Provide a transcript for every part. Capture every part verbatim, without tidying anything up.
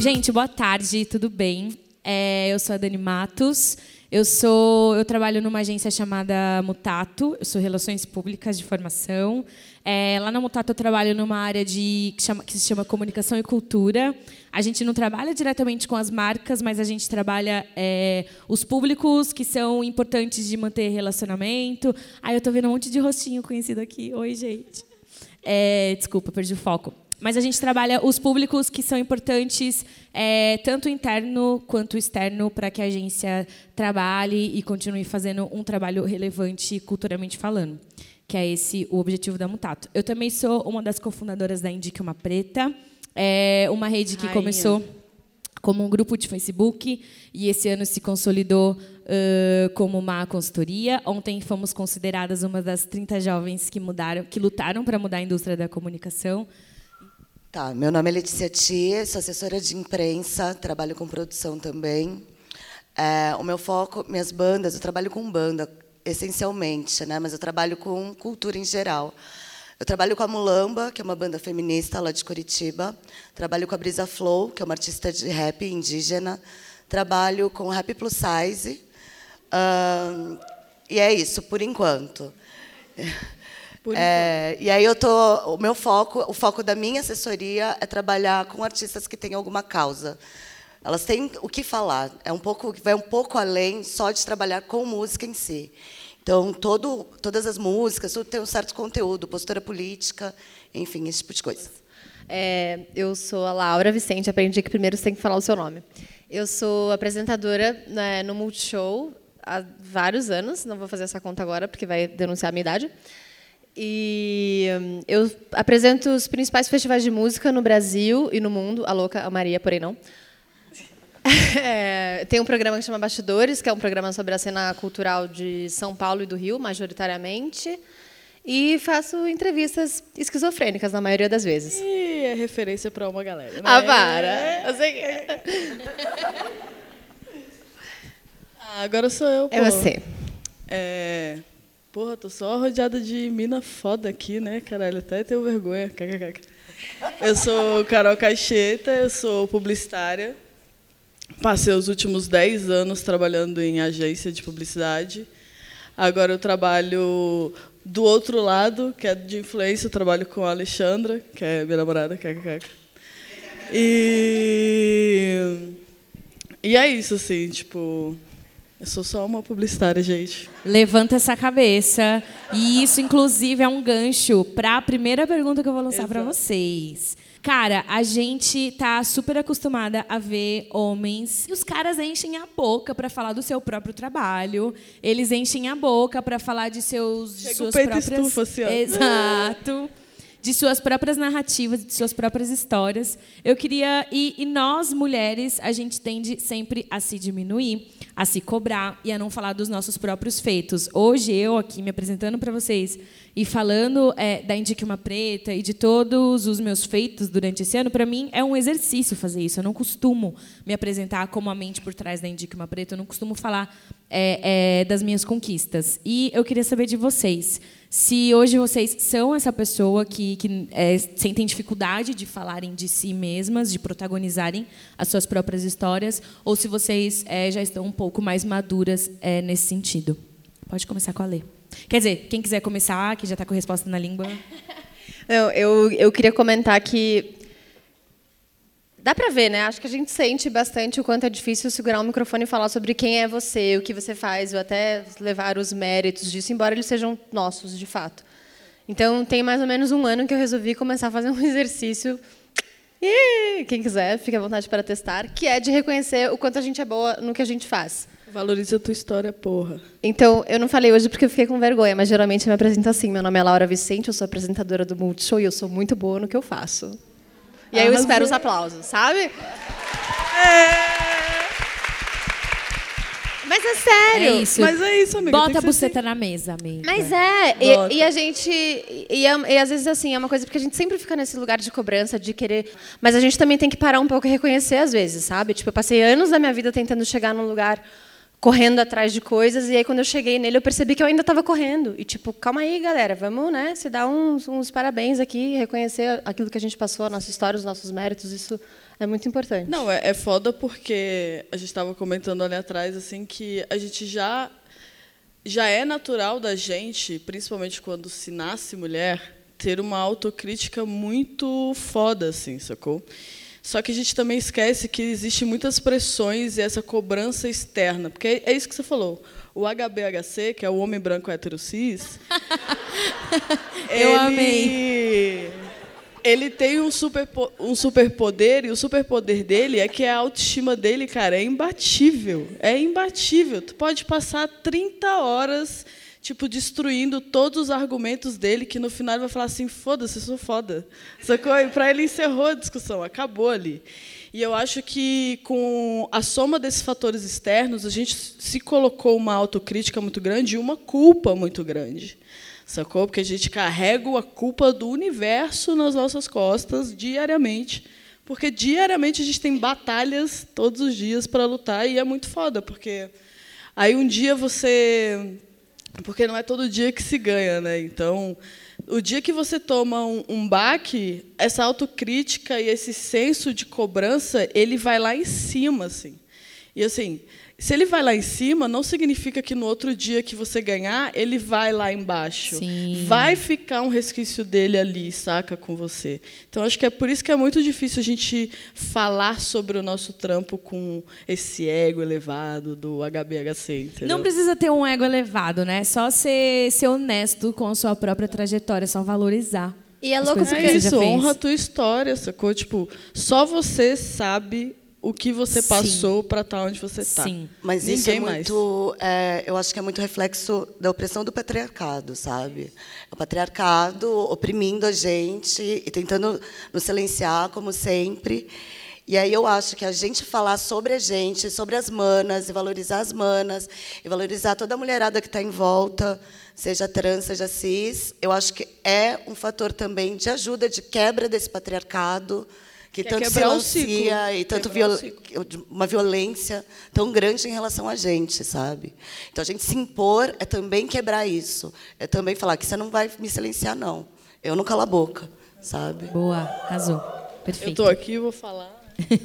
Gente, boa tarde, tudo bem? É, eu sou a Dani Matos. Eu sou, eu trabalho numa agência chamada Mutato. Eu sou Relações Públicas de formação. É, lá na Mutato eu trabalho numa área de que, chama, que se chama Comunicação e Cultura. A gente não trabalha diretamente com as marcas, mas a gente trabalha é, os públicos que são importantes de manter relacionamento. Ai, eu estou vendo um monte de rostinho conhecido aqui. Oi, gente. É, desculpa, perdi o foco. Mas a gente trabalha os públicos que são importantes, é, tanto interno quanto externo, para que a agência trabalhe e continue fazendo um trabalho relevante culturalmente falando, que é esse o objetivo da Mutato. Eu também sou uma das cofundadoras da Indique Uma Preta, é uma rede que Rainha. começou como um grupo de Facebook e esse ano se consolidou uh, como uma consultoria. Ontem fomos consideradas uma das trinta jovens que mudaram, que lutaram para mudar a indústria da comunicação. Tá, meu nome é Letícia Tia, sou assessora de imprensa, trabalho com produção também. É, o meu foco, minhas bandas, eu trabalho com banda, essencialmente, né, mas eu trabalho com cultura em geral. Eu trabalho com a Mulamba, que é uma banda feminista lá de Curitiba. Trabalho com a Brisa Flow, que é uma artista de rap indígena. Trabalho com o Rap Plus Size. Uh, e é isso, por enquanto. Por é, e aí eu tô, o meu foco, o foco da minha assessoria é trabalhar com artistas que têm alguma causa. Elas têm o que falar. É um pouco, vai um pouco além só de trabalhar com música em si. Então, todo, todas as músicas, tudo tem um certo conteúdo, postura política, enfim, esse tipo de coisa. É, eu sou a Laura Vicente, aprendi que primeiro você tem que falar o seu nome. Eu sou apresentadora, né, no Multishow há vários anos, não vou fazer essa conta agora, porque vai denunciar a minha idade. E eu apresento os principais festivais de música no Brasil e no mundo. A louca, a Maria, porém não. É, tem um programa que chama Bastidores, que é um programa sobre a cena cultural de São Paulo e do Rio, majoritariamente. E faço entrevistas esquizofrênicas, na maioria das vezes. E é referência para uma galera, né? Ah, para! Eu sei que... ah, agora sou eu, pô. É você. É... Porra, tô só rodeada de mina foda aqui, né, caralho? Até tenho vergonha. Eu sou Carol Caixeta, eu sou publicitária. Passei os últimos dez anos trabalhando em agência de publicidade. Agora eu trabalho do outro lado, que é de influência. Eu trabalho com a Alexandra, que é minha namorada. E, e é isso, assim, tipo... Eu sou só uma publicitária, gente. Levanta essa cabeça. E isso, inclusive, é um gancho para a primeira pergunta que eu vou lançar para vocês. Cara, a gente tá super acostumada a ver homens e os caras enchem a boca para falar do seu próprio trabalho. Eles enchem a boca para falar de seus de Chega suas o peito próprias estufa, assim, ó. Exato. De suas próprias narrativas, de suas próprias histórias. Eu queria e, e nós mulheres, a gente tende sempre a se diminuir, a se cobrar e a não falar dos nossos próprios feitos. Hoje eu aqui me apresentando para vocês e falando é, da Indique Uma Preta e de todos os meus feitos durante esse ano, para mim é um exercício fazer isso. Eu não costumo me apresentar como a mente por trás da Indique Uma Preta. Eu não costumo falar é, é, das minhas conquistas. E eu queria saber de vocês. Se hoje vocês são essa pessoa que, que é, sentem dificuldade de falarem de si mesmas, de protagonizarem as suas próprias histórias, ou se vocês é, já estão um pouco mais maduras é, nesse sentido. Pode começar com a Lê. Quer dizer, quem quiser começar, que já está com a resposta na língua. Não, eu, eu queria comentar que... Dá para ver, né? Acho que a gente sente bastante o quanto é difícil segurar um microfone e falar sobre quem é você, o que você faz, ou até levar os méritos disso, embora eles sejam nossos, de fato. Então, tem mais ou menos um ano que eu resolvi começar a fazer um exercício, e quem quiser, fique à vontade para testar, que é de reconhecer o quanto a gente é boa no que a gente faz. Valoriza a tua história, porra. Então, eu não falei hoje porque eu fiquei com vergonha, mas geralmente eu me apresento assim. Meu nome é Laura Vicente, eu sou apresentadora do Multishow e eu sou muito boa no que eu faço. E aí eu espero os aplausos, sabe? É... Mas é sério. É isso. Mas é isso, amiga. Bota a buceta assim na mesa, amiga. Mas é. E, e a gente... E, e, e às vezes, assim, é uma coisa... Porque a gente sempre fica nesse lugar de cobrança, de querer... Mas a gente também tem que parar um pouco e reconhecer, às vezes, sabe? Tipo, eu passei anos da minha vida tentando chegar num lugar... correndo atrás de coisas, e aí, quando eu cheguei nele, eu percebi que eu ainda estava correndo. E, tipo, calma aí, galera, vamos, né, se dar uns, uns parabéns aqui, reconhecer aquilo que a gente passou, a nossa história, os nossos méritos, isso É muito importante. Não, é, é foda porque a gente estava comentando ali atrás assim que a gente já já é natural da gente, principalmente quando se nasce mulher, ter uma autocrítica muito foda, assim, sacou? Só que a gente também esquece que existe muitas pressões e essa cobrança externa, porque é isso que você falou. O H B H C, que é o homem branco hétero cis, eu ele, amei. Ele tem um super um superpoder, e o superpoder dele é que a autoestima dele, cara, é imbatível. É imbatível. Tu pode passar trinta horas tipo, destruindo todos os argumentos dele, que no final ele vai falar assim, foda-se, eu sou foda. Sacou? E para ele encerrou a discussão, acabou ali. E eu acho que, com a soma desses fatores externos, a gente se colocou uma autocrítica muito grande e uma culpa muito grande. Sacou? Porque a gente carrega a culpa do universo nas nossas costas diariamente. Porque diariamente a gente tem batalhas todos os dias para lutar, e é muito foda, porque aí um dia você... Porque não é todo dia que se ganha, né? Então, o dia que você toma um, um baque, essa autocrítica e esse senso de cobrança, ele vai lá em cima, assim. E assim, se ele vai lá em cima, não significa que no outro dia que você ganhar, ele vai lá embaixo. Sim. Vai ficar um resquício dele ali, saca, com você. Então, acho que é por isso que é muito difícil a gente falar sobre o nosso trampo com esse ego elevado do H B H C, entendeu? Não precisa ter um ego elevado, né? Só ser, ser honesto com a sua própria trajetória, só valorizar. E é as louco coisas porque que É você já isso, fez. honra a tua história, sacou? Tipo, só você sabe o que você Sim. passou para estar onde você está. Sim. Mas isso Ninguém é mais. muito, é, eu acho que é muito reflexo da opressão do patriarcado, sabe? O patriarcado oprimindo a gente e tentando nos silenciar, como sempre. E aí eu acho que a gente falar sobre a gente, sobre as manas, e valorizar as manas, e valorizar toda a mulherada que está em volta, seja trans, seja cis, eu acho que é um fator também de ajuda, de quebra desse patriarcado, que Quer tanto quebrar o silencia ciclo. e tanto Quebrar o viol... uma violência tão grande em relação a gente, sabe? Então, a gente se impor é também quebrar isso. É também falar que você não vai me silenciar, não. Eu não calo a boca, sabe? Boa, arrasou. Eu Perfeito. estou aqui e vou falar.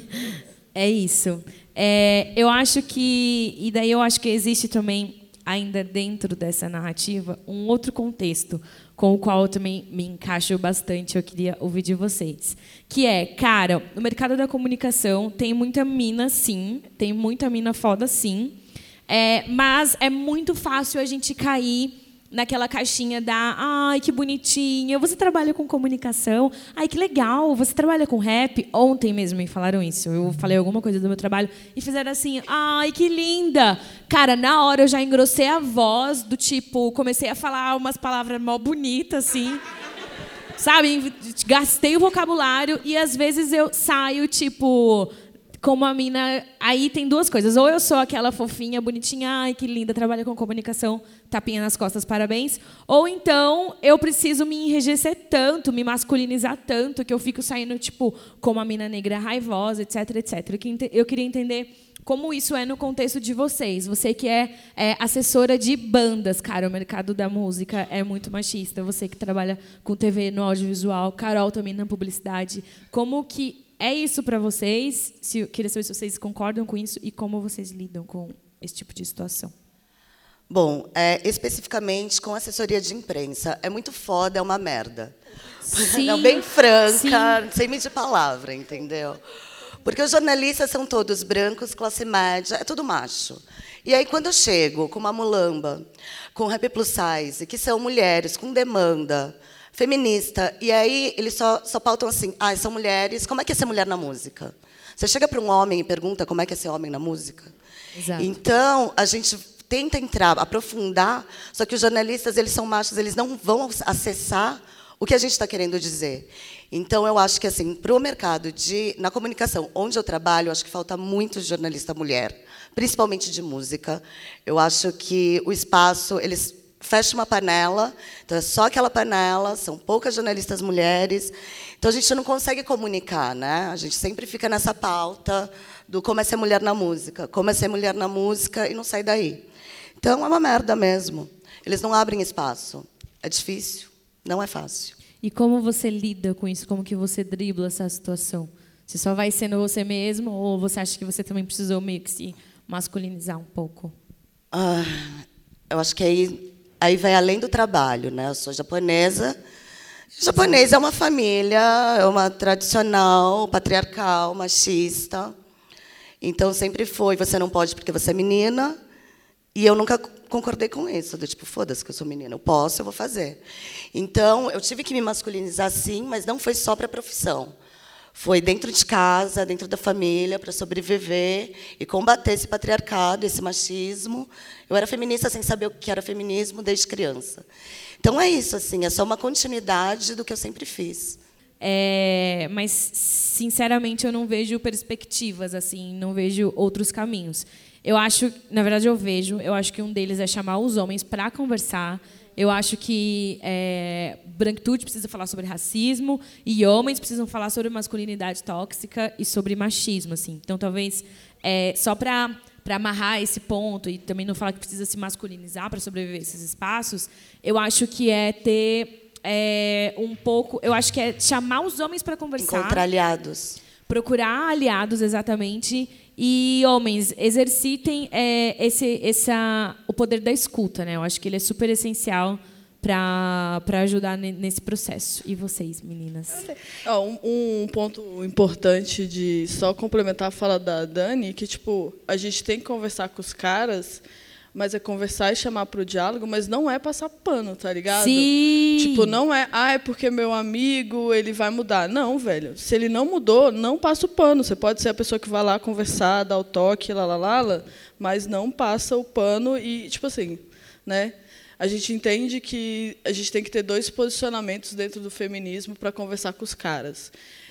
É isso. É, eu acho que... E daí eu acho que existe também, ainda dentro dessa narrativa, um outro contexto com o qual eu também me encaixo bastante, eu queria ouvir de vocês. Que é, cara, o mercado da comunicação tem muita mina, sim. Tem muita mina foda, sim. É, mas é muito fácil a gente cair naquela caixinha da ai, que bonitinha, você trabalha com comunicação, ai, que legal, você trabalha com rap. Ontem mesmo me falaram isso, eu falei alguma coisa do meu trabalho e fizeram assim, ai, que linda. Cara, na hora eu já engrossei a voz, do tipo, comecei a falar umas palavras mó bonitas, assim, sabe, gastei o vocabulário e às vezes eu saio, tipo... Como a mina... Aí tem duas coisas. Ou eu sou aquela fofinha, bonitinha, ai, que linda, trabalha com comunicação, tapinha nas costas, parabéns. Ou então eu preciso me enrijecer tanto, me masculinizar tanto, que eu fico saindo, tipo, como a mina negra raivosa, etc, etcétera. Eu queria entender como isso é no contexto de vocês. Você que é, é assessora de bandas, cara, o mercado da música é muito machista. Você que trabalha com T V no audiovisual, Carol também na publicidade. Como que... É isso para vocês? Se, queria saber se vocês concordam com isso e como vocês lidam com esse tipo de situação. Bom, é, especificamente com assessoria de imprensa, é muito foda, é uma merda. Sim, Não, bem franca, sim. sem medir palavra, entendeu? Porque os jornalistas são todos brancos, classe média, é tudo macho. E aí, quando eu chego com uma mulamba, com rap plus size, que são mulheres com demanda, feminista, e aí eles só, só pautam assim, ah, são mulheres, como é que é ser mulher na música? Você chega para um homem e pergunta como é que é ser homem na música? Exato. Então, a gente tenta entrar, aprofundar, só que os jornalistas, eles são machos, eles não vão acessar o que a gente está querendo dizer. Então, eu acho que, assim, para o mercado de, na comunicação, onde eu trabalho, eu acho que falta muito jornalista mulher, principalmente de música. Eu acho que o espaço, eles fecha uma panela, então é só aquela panela, são poucas jornalistas mulheres, então a gente não consegue comunicar, né? A gente sempre fica nessa pauta do como é ser mulher na música, como é ser mulher na música e não sai daí. Então é uma merda mesmo. Eles não abrem espaço. É difícil, não é fácil. E como você lida com isso? Como que você dribla essa situação? Você só vai sendo você mesmo ou você acha que você também precisou meio que se masculinizar um pouco? Ah, eu acho que aí, aí vai além do trabalho, né? Eu sou japonesa. Japonês é uma família, é uma tradicional, patriarcal, machista. Então, sempre foi, você não pode porque você é menina. E eu nunca concordei com isso. Do tipo, foda-se que eu sou menina, eu posso, eu vou fazer. Então, eu tive que me masculinizar, sim, mas não foi só para a profissão. Foi dentro de casa, dentro da família, para sobreviver e combater esse patriarcado, esse machismo. Eu era feminista sem saber o que era feminismo desde criança. Então, é isso, assim, é só uma continuidade do que eu sempre fiz. É, mas, sinceramente, eu não vejo perspectivas, assim, não vejo outros caminhos. Eu acho, na verdade, eu vejo, eu acho que um deles é chamar os homens para conversar. Eu acho que é, branquitude precisa falar sobre racismo e homens precisam falar sobre masculinidade tóxica e sobre machismo, assim. Então, talvez, é, só para para amarrar esse ponto e também não falar que precisa se masculinizar para sobreviver a esses espaços, eu acho que é ter é, um pouco... Eu acho que é chamar os homens para conversar. Encontrar aliados. Procurar aliados, exatamente. E, homens, exercitem é, esse, essa, o poder da escuta, né? Eu acho que ele é super essencial para para ajudar nesse processo. E vocês, meninas? Oh, um, um ponto importante de só complementar a fala da Dani, que tipo, a gente tem que conversar com os caras, mas é conversar e chamar para o diálogo, mas não é passar pano, tá ligado? Sim. Tipo, não é, ah, é porque meu amigo, ele vai mudar. Não, velho. Se ele não mudou, não passa o pano. Você pode ser a pessoa que vai lá conversar, dar o toque, lá, lá, lá, lá, mas não passa o pano e, tipo assim, né? A gente entende que a gente tem que ter dois posicionamentos dentro do feminismo para conversar com os caras.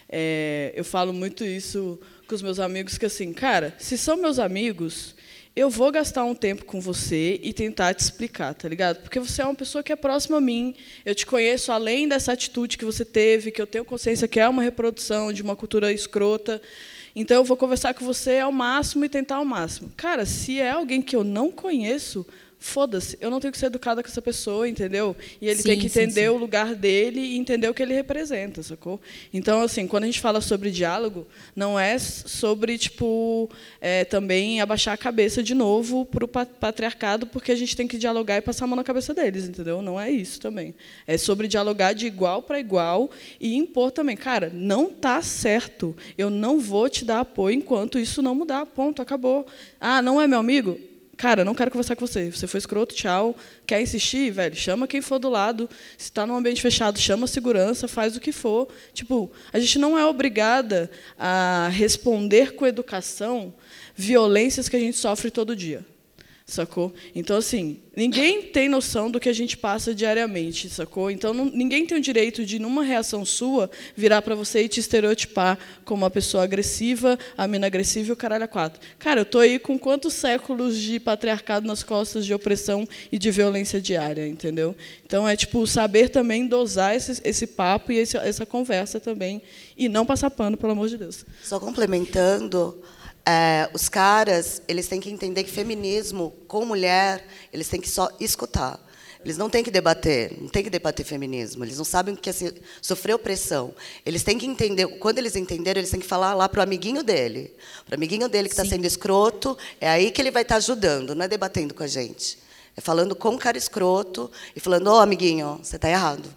É, eu falo muito isso com os meus amigos, que assim, cara, se são meus amigos, eu vou gastar um tempo com você e tentar te explicar, tá ligado? Porque você é uma pessoa que é próxima a mim, eu te conheço além dessa atitude que você teve, que eu tenho consciência que é uma reprodução de uma cultura escrota. Então, eu vou conversar com você ao máximo e tentar ao máximo. Cara, se é alguém que eu não conheço, foda-se, eu não tenho que ser educada com essa pessoa, entendeu? E ele sim, tem que entender sim, sim. o lugar dele e entender o que ele representa, sacou? Então, assim, quando a gente fala sobre diálogo, não é sobre, tipo, é, também abaixar a cabeça de novo para o patriarcado, porque a gente tem que dialogar e passar a mão na cabeça deles, entendeu? Não é isso também. É sobre dialogar de igual para igual e impor também. Cara, não tá certo. Eu não vou te dar apoio enquanto isso não mudar. Ponto, acabou. Ah, não é meu amigo? Cara, não quero conversar com você. Você foi escroto, tchau. Quer insistir, velho? Chama quem for do lado. Se está num ambiente fechado, chama a segurança, faz o que for. Tipo, a gente não é obrigada a responder com educação violências que a gente sofre todo dia. Sacou? Então, assim, ninguém tem noção do que a gente passa diariamente, sacou? Então, não, ninguém tem o direito de, numa reação sua, virar para você e te estereotipar como uma pessoa agressiva, a mina agressiva e o caralho a quatro. Cara, eu estou aí com quantos séculos de patriarcado nas costas, de opressão e de violência diária, entendeu? Então, é tipo saber também dosar esse, esse papo e esse, essa conversa também, e não passar pano, pelo amor de Deus. Só complementando... É, os caras, eles têm que entender que feminismo, com mulher, eles têm que só escutar. Eles não têm que debater, não têm que debater feminismo. Eles não sabem o que é sofrer opressão. Eles têm que entender, quando eles entenderem, eles têm que falar lá para o amiguinho dele. Para o amiguinho dele que está sendo escroto, é aí que ele vai estar ajudando, não é debatendo com a gente. É falando com o cara escroto e falando, ô, oh, amiguinho, você está errado.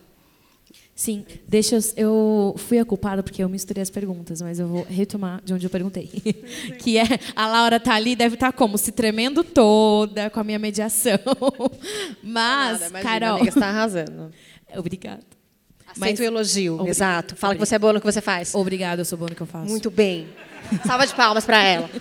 Sim, deixa eu, eu fui a culpada porque eu misturei as perguntas, mas eu vou retomar de onde eu perguntei. Que é, a Laura está ali, deve estar como? Se tremendo toda com a minha mediação. Mas, nada, imagina, Carol... A amiga está arrasando. Obrigada. Aceito mas, o elogio, obrig... exato. Fala que você é boa no que você faz. Obrigada, eu sou boa no que eu faço. Muito bem. Salva de palmas para ela.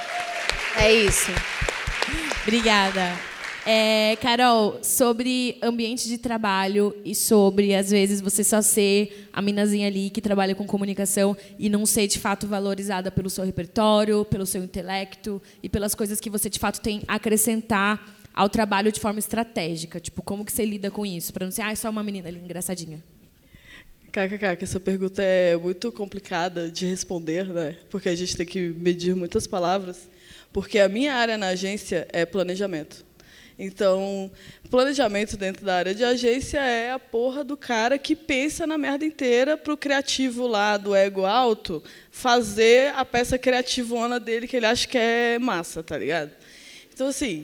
É isso. Obrigada. É, Carol, sobre ambiente de trabalho e sobre, às vezes, você só ser a minazinha ali que trabalha com comunicação e não ser, de fato, valorizada pelo seu repertório, pelo seu intelecto e pelas coisas que você, de fato, tem a acrescentar ao trabalho de forma estratégica. Tipo, como que você lida com isso? Para não ser, ah, é só uma menina ali, engraçadinha. Kkk, que essa pergunta é muito complicada de responder, né? Porque a gente tem que medir muitas palavras. Porque a minha área na agência é planejamento. Então, planejamento dentro da área de agência é a porra do cara que pensa na merda inteira para o criativo lá do ego alto fazer a peça criativona dele que ele acha que é massa, tá ligado? Então, assim...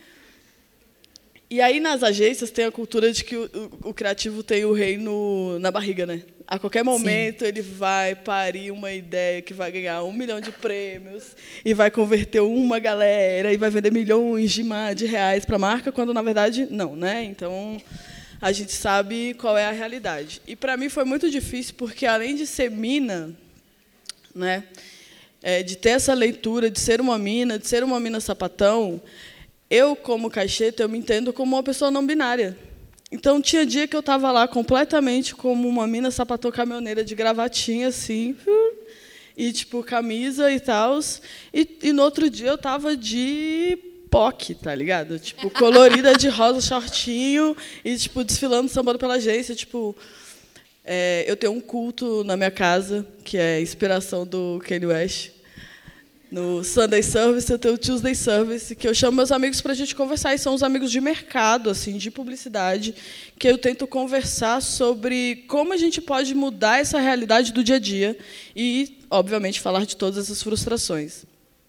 E aí, nas agências, tem a cultura de que o, o, o criativo tem o rei no, na barriga, né? A qualquer momento, Sim. ele vai parir uma ideia que vai ganhar um milhão de prêmios e vai converter uma galera e vai vender milhões de, de reais para a marca, quando, na verdade, não, né? Então, a gente sabe qual é a realidade. E, para mim, foi muito difícil, porque, além de ser mina, né, é, de ter essa leitura, de ser uma mina, de ser uma mina sapatão, eu, como caixeta, eu me entendo como uma pessoa não binária. Então, tinha dia que eu estava lá completamente como uma mina sapatão caminhoneira de gravatinha, assim, e, tipo, camisa e tal. E, e, no outro dia, eu estava de P O C, tá ligado? Tipo, colorida de rosa, shortinho, e, tipo, desfilando, sambando pela agência. Tipo, é, eu tenho um culto na minha casa, que é a inspiração do Kanye West. No Sunday Service, eu tenho o Tuesday Service, que eu chamo meus amigos para a gente conversar, e são os amigos de mercado, assim, de publicidade, que eu tento conversar sobre como a gente pode mudar essa realidade do dia a dia e, obviamente, falar de todas essas frustrações.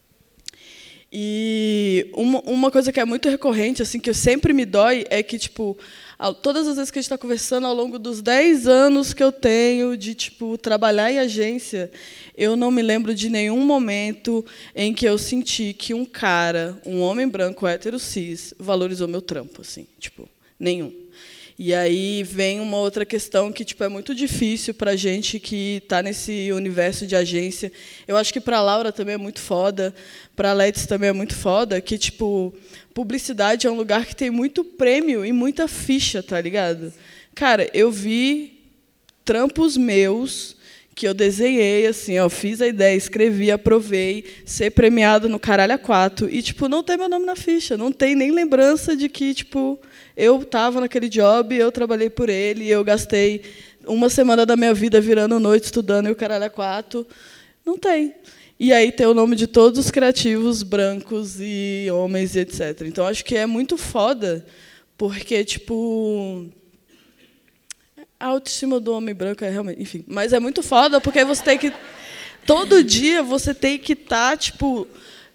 E uma, uma coisa que é muito recorrente, assim, que sempre me dói, é que, tipo, todas as vezes que a gente está conversando, ao longo dos dez anos que eu tenho de, tipo, trabalhar em agência, eu não me lembro de nenhum momento em que eu senti que um cara, um homem branco, hétero, cis, valorizou meu trampo, assim, tipo, nenhum. E aí vem uma outra questão que, tipo, é muito difícil para a gente que está nesse universo de agência. Eu acho que para a Laura também é muito foda, para a Letícia também é muito foda, que, tipo, publicidade é um lugar que tem muito prêmio e muita ficha, tá ligado? Cara, eu vi trampos meus que eu desenhei, assim, ó, fiz a ideia, escrevi, aprovei, ser premiado no caralho a quatro, e, tipo, não tem meu nome na ficha, não tem nem lembrança de que, tipo, eu estava naquele job, eu trabalhei por ele, eu gastei uma semana da minha vida virando noite, estudando, e o caralho a quatro. Não tem. E aí tem o nome de todos os criativos brancos e homens e etcétera. Então, acho que é muito foda, porque, tipo... A autoestima do homem branco é realmente... Enfim, mas é muito foda, porque você tem que... Todo dia você tem que estar, tá, tipo...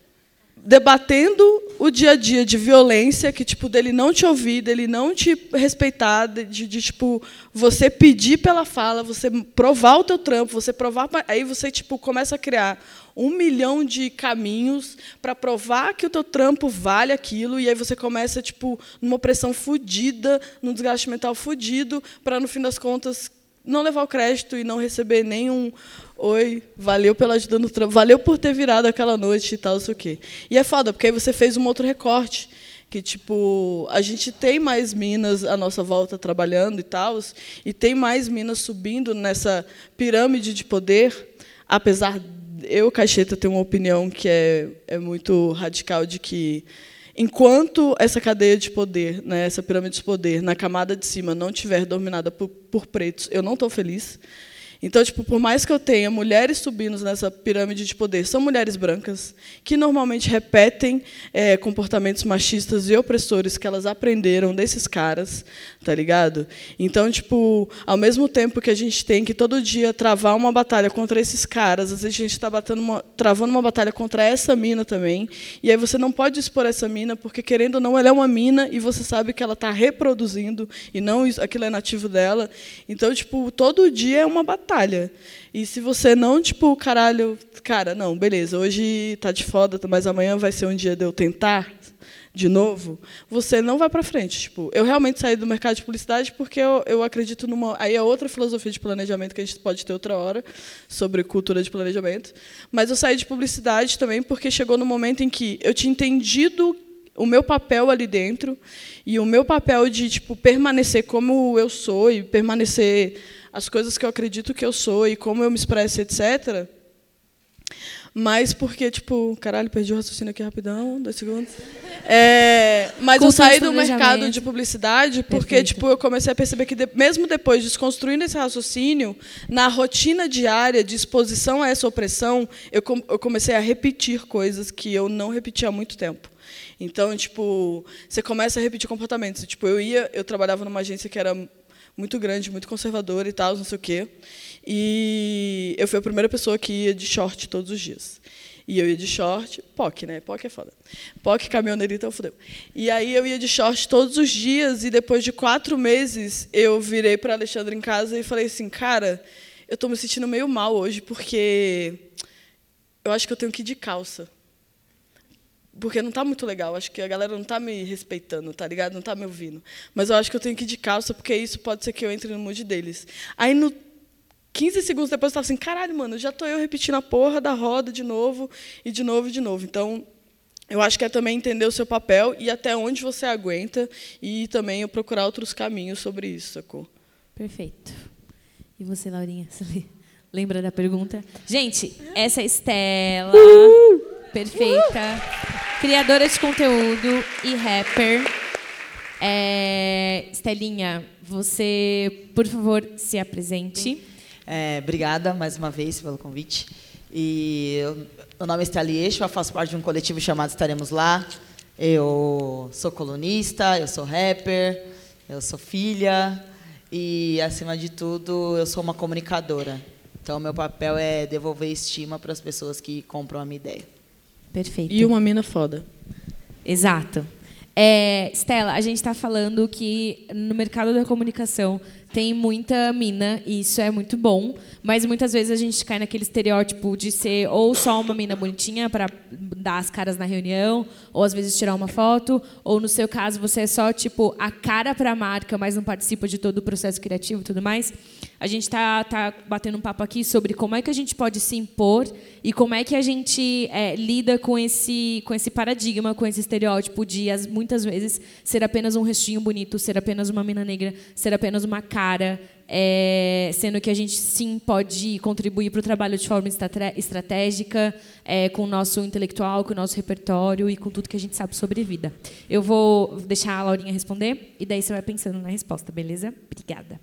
debatendo o dia a dia de violência, que, tipo, dele não te ouvir, dele não te respeitar, de, de, de tipo, você pedir pela fala, você provar o teu trampo, você provar, aí você, tipo, começa a criar um milhão de caminhos para provar que o teu trampo vale aquilo, e aí você começa, tipo, numa pressão fodida, num desgaste mental fodido, para, no fim das contas, não levar o crédito e não receber nenhum oi, valeu pela ajuda no trampo, valeu por ter virado aquela noite e tal, não sei o quê. E é foda, porque aí você fez um outro recorte, que, tipo, a gente tem mais minas à nossa volta trabalhando e tal, e tem mais minas subindo nessa pirâmide de poder, apesar de eu, Caixeta, ter uma opinião que é, é muito radical de que, enquanto essa cadeia de poder, né, essa pirâmide de poder, na camada de cima, não estiver dominada por, por pretos, eu não estou feliz. Então, tipo, por mais que eu tenha mulheres subindo nessa pirâmide de poder, são mulheres brancas, que normalmente repetem é, comportamentos machistas e opressores que elas aprenderam desses caras, tá ligado? Então, tipo, ao mesmo tempo que a gente tem que todo dia travar uma batalha contra esses caras, às vezes a gente está travando uma batalha contra essa mina também, e aí você não pode expor essa mina, porque, querendo ou não, ela é uma mina e você sabe que ela está reproduzindo, e não aquilo é nativo dela. Então, tipo, todo dia é uma batalha. E se você não, tipo, caralho, cara, não, beleza, hoje tá de foda, mas amanhã vai ser um dia de eu tentar de novo, você não vai para frente. Tipo, eu realmente saí do mercado de publicidade porque eu, eu acredito numa... Aí é outra filosofia de planejamento que a gente pode ter outra hora, sobre cultura de planejamento. Mas eu saí de publicidade também porque chegou no momento em que eu tinha entendido o meu papel ali dentro e o meu papel de, tipo, permanecer como eu sou e permanecer as coisas que eu acredito que eu sou e como eu me expresso, etcétera. Mas porque, tipo, caralho, perdi o raciocínio aqui rapidão, dois segundos. É, mas Cultura eu saí de do mercado planejamento. de publicidade porque, Perfeito. tipo, eu comecei a perceber que, de- mesmo depois desconstruindo esse raciocínio, na rotina diária de exposição a essa opressão, eu, com- eu comecei a repetir coisas que eu não repetia há muito tempo. Então, tipo, você começa a repetir comportamentos. Tipo, eu ia, eu trabalhava numa agência que era muito grande, muito conservadora e tal, não sei o quê. E eu fui a primeira pessoa que ia de short todos os dias. E eu ia de short, P O C, né? P O C é foda. P O C, caminhoneirita, eu fudeu. E aí eu ia de short todos os dias, e depois de quatro meses, eu virei para Alexandre em casa e falei assim, cara, eu estou me sentindo meio mal hoje, porque eu acho que eu tenho que ir de calça. Porque não está muito legal, acho que a galera não está me respeitando, tá ligado? Não está me ouvindo. Mas eu acho que eu tenho que ir de calça, porque isso pode ser que eu entre no mood deles. Aí, no quinze segundos depois, eu estava assim, caralho, mano, já estou eu repetindo a porra da roda de novo, e de novo, e de novo. Então, eu acho que é também entender o seu papel e até onde você aguenta, e também eu procurar outros caminhos sobre isso, sacou? Perfeito. E você, Laurinha? Você lembra da pergunta? Gente, essa é a Estela. Perfeita. Criadora de conteúdo e rapper. É, Estelinha, você, por favor, se apresente. É, obrigada mais uma vez pelo convite. E eu, meu nome é Estela Eixo, eu faço parte de um coletivo chamado Estaremos Lá. Eu sou colunista, eu sou rapper, eu sou filha e, acima de tudo, eu sou uma comunicadora. Então, meu papel é devolver estima para as pessoas que compram a minha ideia. Perfeito. E uma mina foda. Exato. É, Estela, a gente está falando que no mercado da comunicação tem muita mina, e isso é muito bom, mas muitas vezes a gente cai naquele estereótipo de ser ou só uma mina bonitinha para dar as caras na reunião, ou às vezes tirar uma foto, ou no seu caso você é só tipo a cara para a marca, mas não participa de todo o processo criativo e tudo mais. A gente está tá batendo um papo aqui sobre como é que a gente pode se impor e como é que a gente é, lida com esse, com esse paradigma, com esse estereótipo de, as, muitas vezes, ser apenas um rostinho bonito, ser apenas uma mina negra, ser apenas uma cara, é, sendo que a gente, sim, pode contribuir para o trabalho de forma estrate- estratégica, é, com o nosso intelectual, com o nosso repertório e com tudo que a gente sabe sobre vida. Eu vou deixar a Laurinha responder e daí você vai pensando na resposta, beleza? Obrigada.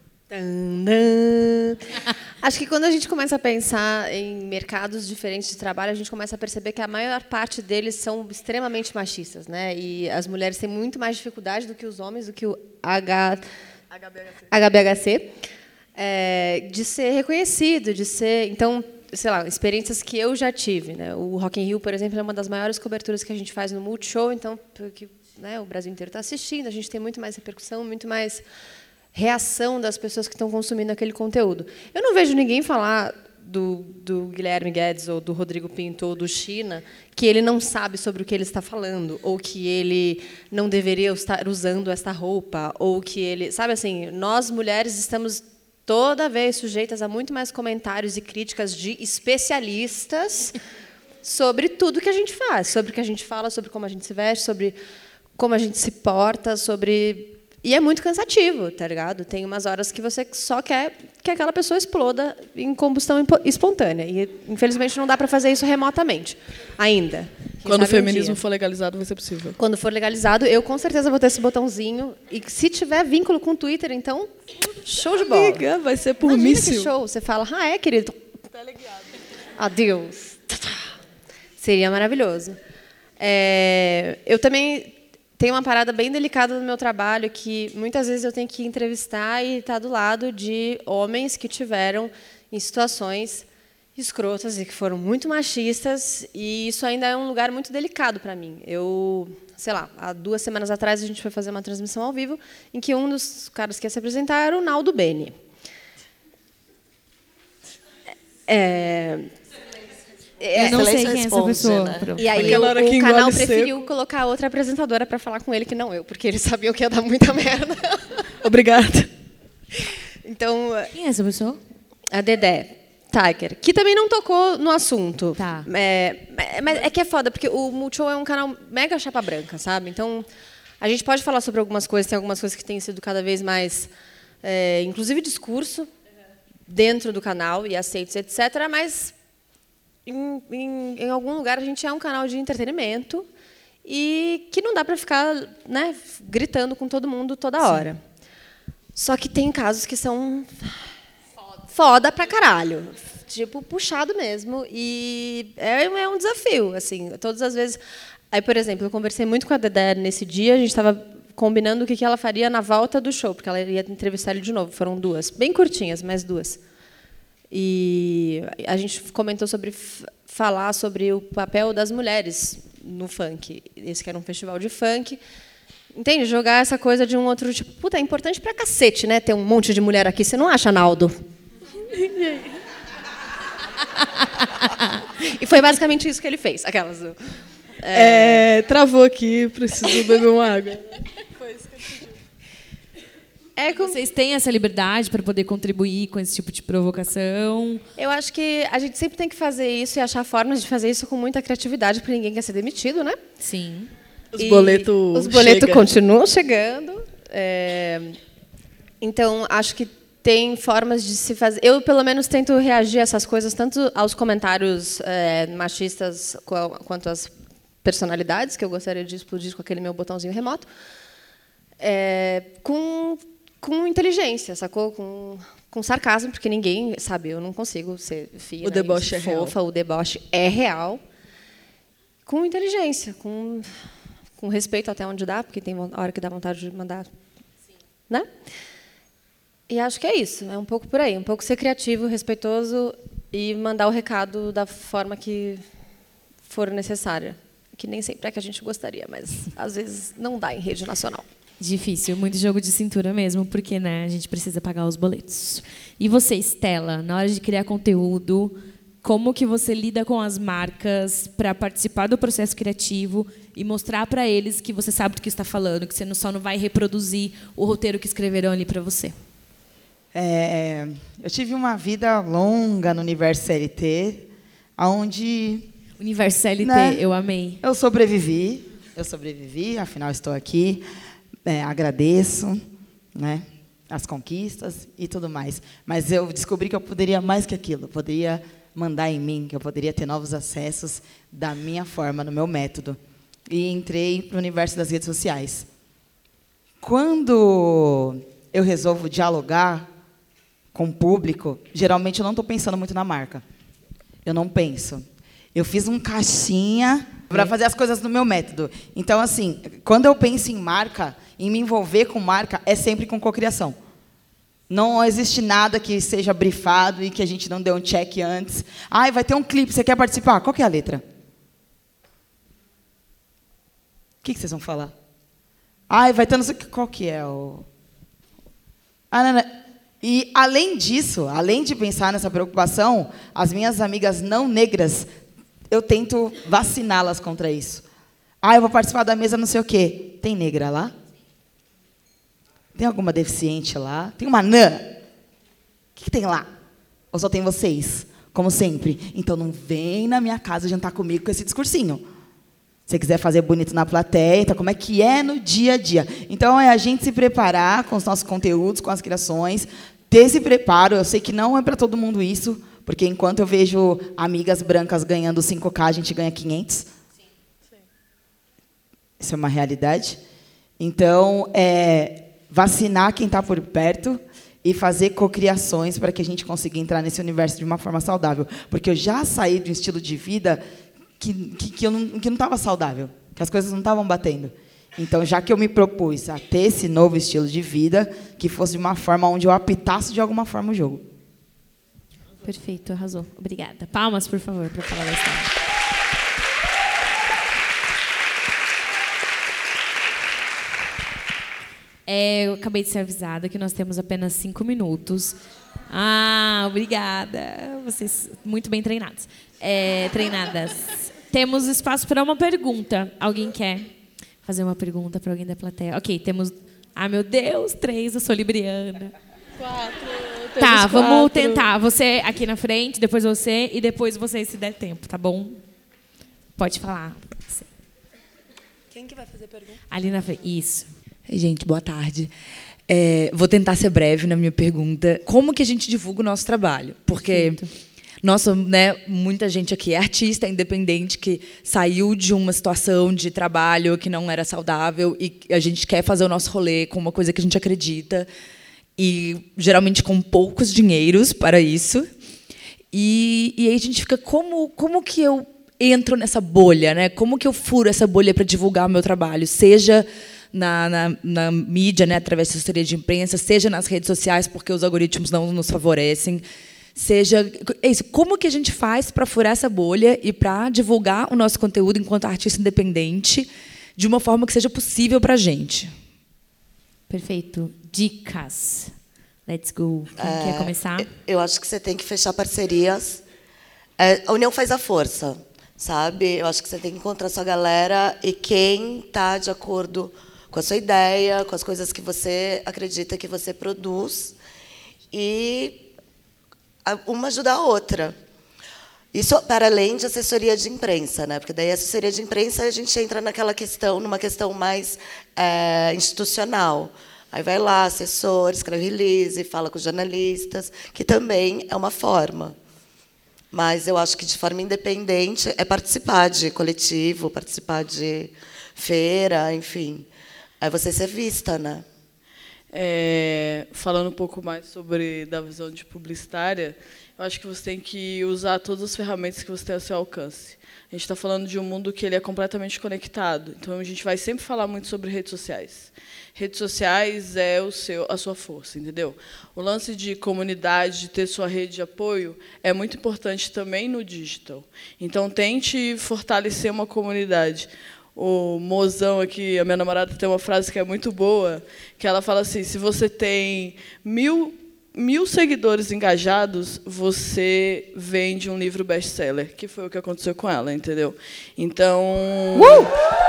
Tandã. Acho que quando a gente começa a pensar em mercados diferentes de trabalho, a gente começa a perceber que a maior parte deles são extremamente machistas, né? E as mulheres têm muito mais dificuldade do que os homens, do que o H... H B H C, é, de ser reconhecido, de ser... Então, sei lá, experiências que eu já tive, né? O Rock in Rio, por exemplo, é uma das maiores coberturas que a gente faz no Multishow, então, porque, né, o Brasil inteiro está assistindo, a gente tem muito mais repercussão, muito mais reação das pessoas que estão consumindo aquele conteúdo. Eu não vejo ninguém falar do, do Guilherme Guedes ou do Rodrigo Pinto ou do China que ele não sabe sobre o que ele está falando, ou que ele não deveria estar usando esta roupa, ou que ele... Sabe assim, nós, mulheres, estamos toda vez sujeitas a muito mais comentários e críticas de especialistas sobre tudo que a gente faz, sobre o que a gente fala, sobre como a gente se veste, sobre como a gente se porta, sobre... E é muito cansativo, tá ligado? Tem umas horas que você só quer que aquela pessoa exploda em combustão espontânea. E, infelizmente, não dá para fazer isso remotamente, ainda. Quem Quando o sabe um feminismo dia. for legalizado, vai ser possível. Quando for legalizado, eu com certeza vou ter esse botãozinho. E se tiver vínculo com o Twitter, então, show de bola. Amiga, vai ser por Imagina que míssil. show. Você fala, ah, é, querido? Adeus. Seria maravilhoso. É, eu também tenho uma parada bem delicada no meu trabalho, que muitas vezes eu tenho que entrevistar e estar do lado de homens que tiveram em situações escrotas e que foram muito machistas, e isso ainda é um lugar muito delicado para mim. Eu, sei lá, há duas semanas atrás a gente foi fazer uma transmissão ao vivo em que um dos caras que ia se apresentar era o Naldo Bene. É, Eu não sei Excelência quem é essa responde, pessoa. né? Pronto. E aí Aquela o, hora que o canal engole preferiu seco. colocar outra apresentadora para falar com ele que não eu, porque eles sabiam que ia dar muita merda. Obrigada. Então, Quem é essa pessoa? a Dedé Tiger, que também não tocou no assunto. Tá. É, mas é que é foda, porque o Multishow é um canal mega chapa branca, sabe? Então, a gente pode falar sobre algumas coisas, tem algumas coisas que têm sido cada vez mais, é, inclusive discurso, dentro do canal, e aceitos, etcétera, mas... em, em, em algum lugar, a gente é um canal de entretenimento e que não dá para ficar, né, gritando com todo mundo toda hora. Sim. Só que tem casos que são foda, foda pra caralho. Tipo, puxado mesmo. E é, é um desafio, assim, todas as vezes. Aí, por exemplo, eu conversei muito com a Dedé nesse dia, a gente estava combinando o que ela faria na volta do show, porque ela ia entrevistar ele de novo. Foram duas, bem curtinhas, mas duas. E a gente comentou sobre falar sobre o papel das mulheres no funk. Esse que era um festival de funk. Entende? Jogar essa coisa de um outro tipo. Puta, é importante pra cacete, né? Ter um monte de mulher aqui. Você não acha, Naldo? E foi basicamente isso que ele fez. Aquelas. É... É, travou aqui, preciso beber uma água. Foi isso que eu pedi. É como... Vocês têm essa liberdade para poder contribuir com esse tipo de provocação? Eu acho que a gente sempre tem que fazer isso e achar formas de fazer isso com muita criatividade, porque ninguém quer ser demitido, né? Sim. Os boletos Os boletos continuam chegando. É... Então, acho que tem formas de se fazer. Eu, pelo menos, tento reagir a essas coisas, tanto aos comentários é, machistas quanto às personalidades, que eu gostaria de explodir com aquele meu botãozinho remoto, é, com, com inteligência, sacou? Com, com sarcasmo, porque ninguém, sabe, eu não consigo ser fina, o deboche é fofa, real. O deboche é real. Com inteligência, com, com respeito até onde dá, porque tem hora que dá vontade de mandar. Sim. Né? E acho que é isso, é um pouco por aí, um pouco ser criativo, respeitoso e mandar o recado da forma que for necessária. Que nem sempre é que a gente gostaria, mas às vezes não dá em rede nacional. Difícil, muito jogo de cintura mesmo, porque, né, a gente precisa pagar os boletos. E você, Estela, na hora de criar conteúdo, como que você lida com as marcas para participar do processo criativo e mostrar para eles que você sabe do que está falando, que você não, só não vai reproduzir o roteiro que escreveram ali para você? É, eu tive uma vida longa no universo C L T, onde... Universo C L T, né? Eu amei. Eu sobrevivi, eu sobrevivi, afinal estou aqui, é, agradeço, né, as conquistas e tudo mais. Mas eu descobri que eu poderia mais que aquilo, eu poderia mandar em mim, que eu poderia ter novos acessos da minha forma, no meu método. E entrei para o universo das redes sociais. Quando eu resolvo dialogar com o público, geralmente eu não estou pensando muito na marca. Eu não penso. Eu fiz um caixinha para fazer as coisas no meu método. Então, assim, quando eu penso em marca, em me envolver com marca, é sempre com cocriação. Não existe nada que seja brifado e que a gente não dê um check antes. Ah, vai ter um clipe, você quer participar? Qual que é a letra? O que, que vocês vão falar? Ah, vai ter não sei qual que é o... Ah, não, não. E, além disso, além de pensar nessa preocupação, as minhas amigas não negras, eu tento vaciná-las contra isso. Ah, eu vou participar da mesa não sei o quê. Tem negra lá? Tem alguma deficiente lá? Tem uma anã? O que, que tem lá? Ou só tem vocês? Como sempre. Então, não vem na minha casa jantar comigo com esse discursinho. Se você quiser fazer bonito na plateia, então como é que é no dia a dia? Então, é a gente se preparar com os nossos conteúdos, com as criações, ter esse preparo. Eu sei que não é para todo mundo isso, porque enquanto eu vejo amigas brancas ganhando cinco K, a gente ganha quinhentos. Sim. Sim. Isso é uma realidade. Então, é, vacinar quem está por perto e fazer cocriações para que a gente consiga entrar nesse universo de uma forma saudável. Porque eu já saí de um estilo de vida que, que, que eu não que não estava saudável, que as coisas não estavam batendo. Então, já que eu me propus a ter esse novo estilo de vida, que fosse de uma forma onde eu apitasse de alguma forma o jogo. Perfeito, arrasou. Obrigada. Palmas, por favor, para falar da história. É, eu acabei de ser avisada que nós temos apenas cinco minutos. Ah, obrigada. Vocês muito bem treinados. É, treinadas. Temos espaço para uma pergunta. Alguém quer fazer uma pergunta para alguém da plateia? Ok, temos... Ah, meu Deus, três, eu sou libriana. Quatro. Tá, quatro. vamos tentar. Você aqui na frente, depois você e depois você, se der tempo, tá bom? Pode falar. Quem que vai fazer pergunta? Ali na frente. Isso. Gente, boa tarde. É, vou tentar ser breve na minha pergunta. Como que a gente divulga o nosso trabalho? Porque Perfeito. Nossa, né, muita gente aqui é artista, é independente, que saiu de uma situação de trabalho que não era saudável e a gente quer fazer o nosso rolê com uma coisa que a gente acredita, e geralmente com poucos dinheiros para isso. E, e aí a gente fica, como, como que eu entro nessa bolha, né? Como que eu furo essa bolha para divulgar o meu trabalho, seja na, na, na mídia, né, através da assessoria de imprensa, seja nas redes sociais, porque os algoritmos não nos favorecem, seja é isso, como que a gente faz para furar essa bolha e para divulgar o nosso conteúdo enquanto artista independente de uma forma que seja possível para a gente. Perfeito. Dicas. Let's go. Quem É, quer começar? Eu acho que você tem que fechar parcerias. É, a união faz a força, sabe? Eu acho que você tem que encontrar sua galera e quem está de acordo com a sua ideia, com as coisas que você acredita que você produz, e uma ajuda a outra. Isso para além de assessoria de imprensa, né? Porque daí a assessoria de imprensa a gente entra naquela questão, numa questão mais é, institucional. Aí vai lá, assessor, escreve release, fala com os jornalistas, que também é uma forma. Mas eu acho que de forma independente é participar de coletivo, participar de feira, enfim. Aí você ser vista, né? É, falando um pouco mais sobre da visão de publicitária, eu acho que você tem que usar todas as ferramentas que você tem ao seu alcance. A gente está falando de um mundo que ele é completamente conectado, então a gente vai sempre falar muito sobre redes sociais. Redes sociais é o seu, a sua força, entendeu? O lance de comunidade, de ter sua rede de apoio, é muito importante também no digital. Então, tente fortalecer uma comunidade. O mozão aqui, a minha namorada, tem uma frase que é muito boa, que ela fala assim: se você tem mil, mil seguidores engajados, você vende um livro best-seller, que foi o que aconteceu com ela, entendeu? Então, uh!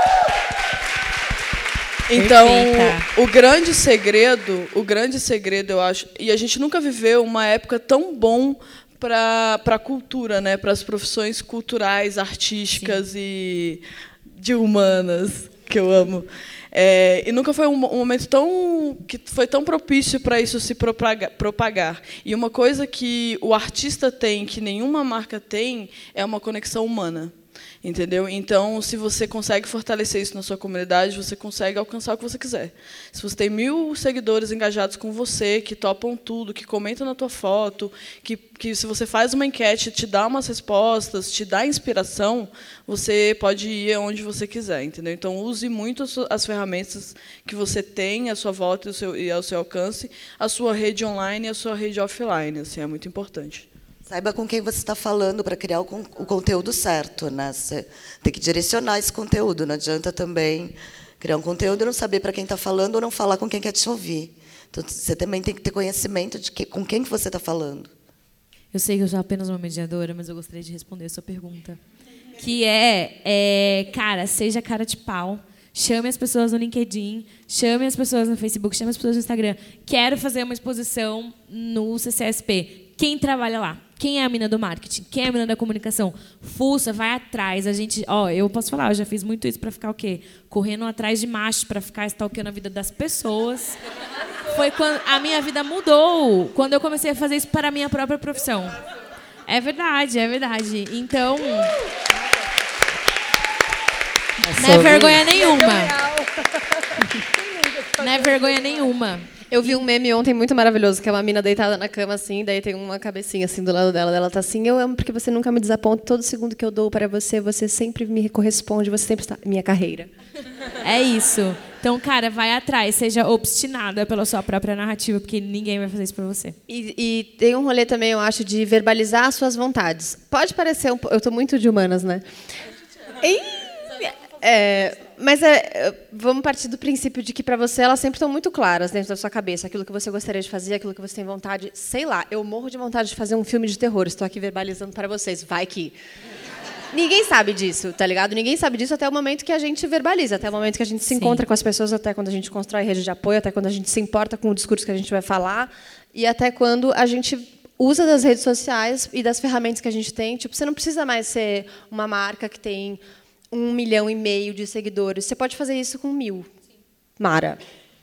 então o grande segredo, o grande segredo, eu acho, e a gente nunca viveu uma época tão bom para para a cultura, né, para as profissões culturais, artísticas Sim. e de humanas, que eu amo. É, e nunca foi um, um momento tão que foi tão propício para isso se propagar, propagar. E uma coisa que o artista tem, que nenhuma marca tem, é uma conexão humana. Entendeu? Então, se você consegue fortalecer isso na sua comunidade, você consegue alcançar o que você quiser. Se você tem mil seguidores engajados com você, que topam tudo, que comentam na tua foto, que, que se você faz uma enquete, te dá umas respostas, te dá inspiração, você pode ir aonde você quiser. Entendeu? Então, use muito as, as ferramentas que você tem à sua volta e ao seu, e ao seu alcance, a sua rede online e a sua rede offline. Assim, é muito importante. Saiba com quem você está falando para criar o, con o conteúdo certo, né? Você tem que direcionar esse conteúdo. Não adianta também criar um conteúdo e não saber para quem está falando ou não falar com quem quer te ouvir. Então, você também tem que ter conhecimento de que, com quem que você está falando. Eu sei que eu sou apenas uma mediadora, mas eu gostaria de responder a sua pergunta. Que é, é cara, seja cara de pau. Chame as pessoas no LinkedIn, chame as pessoas no Facebook, chame as pessoas no Instagram. Quero fazer uma exposição no C C S P. Quem trabalha lá? Quem é a mina do marketing? Quem é a mina da comunicação? Fuça, vai atrás. A gente, ó, eu posso falar, eu já fiz muito isso para ficar o quê? Correndo atrás de macho para ficar stalkeando a vida das pessoas. Foi quando a minha vida mudou, quando eu comecei a fazer isso para a minha própria profissão. É verdade, é verdade. Então, não é vergonha nenhuma. Não é vergonha nenhuma. Eu vi um meme ontem muito maravilhoso, que é uma mina deitada na cama, assim, daí tem uma cabecinha assim do lado dela, ela tá assim: eu amo porque você nunca me desaponta, todo segundo que eu dou para você, você sempre me corresponde, você sempre está... Minha carreira. É isso. Então, cara, vai atrás, seja obstinada pela sua própria narrativa, porque ninguém vai fazer isso para você. E, e tem um rolê também, eu acho, de verbalizar as suas vontades. Pode parecer um pouco... Eu estou muito de humanas, né? É, mas é, vamos partir do princípio de que, para você, elas sempre estão muito claras dentro da sua cabeça. Aquilo que você gostaria de fazer, aquilo que você tem vontade. Sei lá, eu morro de vontade de fazer um filme de terror. Estou aqui verbalizando para vocês. Vai que... Ninguém sabe disso, tá ligado? Ninguém sabe disso até o momento que a gente verbaliza, até o momento que a gente se Sim. encontra com as pessoas, até quando a gente constrói rede de apoio, até quando a gente se importa com o discurso que a gente vai falar, e até quando a gente usa das redes sociais e das ferramentas que a gente tem. Tipo, você não precisa mais ser uma marca que tem um milhão e meio de seguidores. Você pode fazer isso com mil. Mara.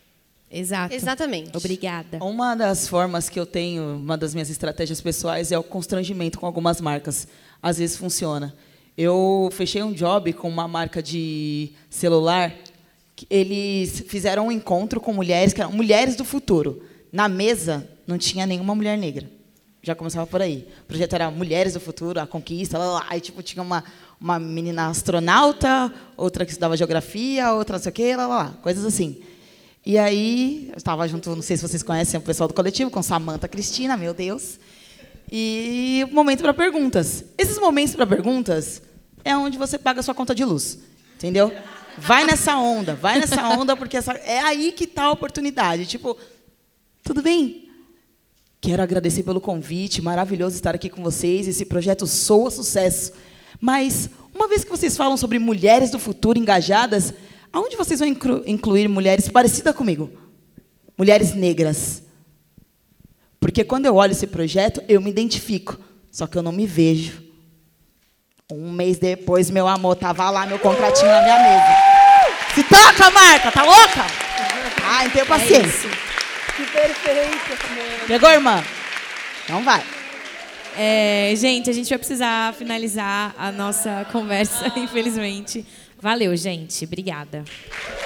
Exato. Exatamente. Obrigada. Uma das formas que eu tenho, uma das minhas estratégias pessoais é o constrangimento com algumas marcas. Às vezes funciona. Eu fechei um job com uma marca de celular. Que eles fizeram um encontro com mulheres, que eram mulheres do futuro. Na mesa não tinha nenhuma mulher negra. Já começava por aí. O projeto era Mulheres do Futuro, a Conquista, lá, lá, lá. Aí tipo, tinha uma, uma menina astronauta, outra que estudava geografia, outra não sei o quê, lá, lá, lá. Coisas assim. E aí, eu estava junto, não sei se vocês conhecem o pessoal do coletivo, com Samantha Cristina, meu Deus. E momento para perguntas. Esses momentos para perguntas é onde você paga a sua conta de luz. Entendeu? Vai nessa onda, vai nessa onda, porque essa, é aí que está a oportunidade. Tipo, tudo bem? Quero agradecer pelo convite, maravilhoso estar aqui com vocês. Esse projeto soa sucesso. Mas, uma vez que vocês falam sobre mulheres do futuro engajadas, aonde vocês vão inclu incluir mulheres parecidas comigo? Mulheres negras. Porque quando eu olho esse projeto, eu me identifico. Só que eu não me vejo. Um mês depois, meu amor, tava lá, meu contratinho na minha mesa. Se toca, Marca, tá louca? Ah, não tenho paciência. É que perfeito. Pegou, irmã? Então vai. É, gente, a gente vai precisar finalizar a nossa conversa, infelizmente. Valeu, gente. Obrigada.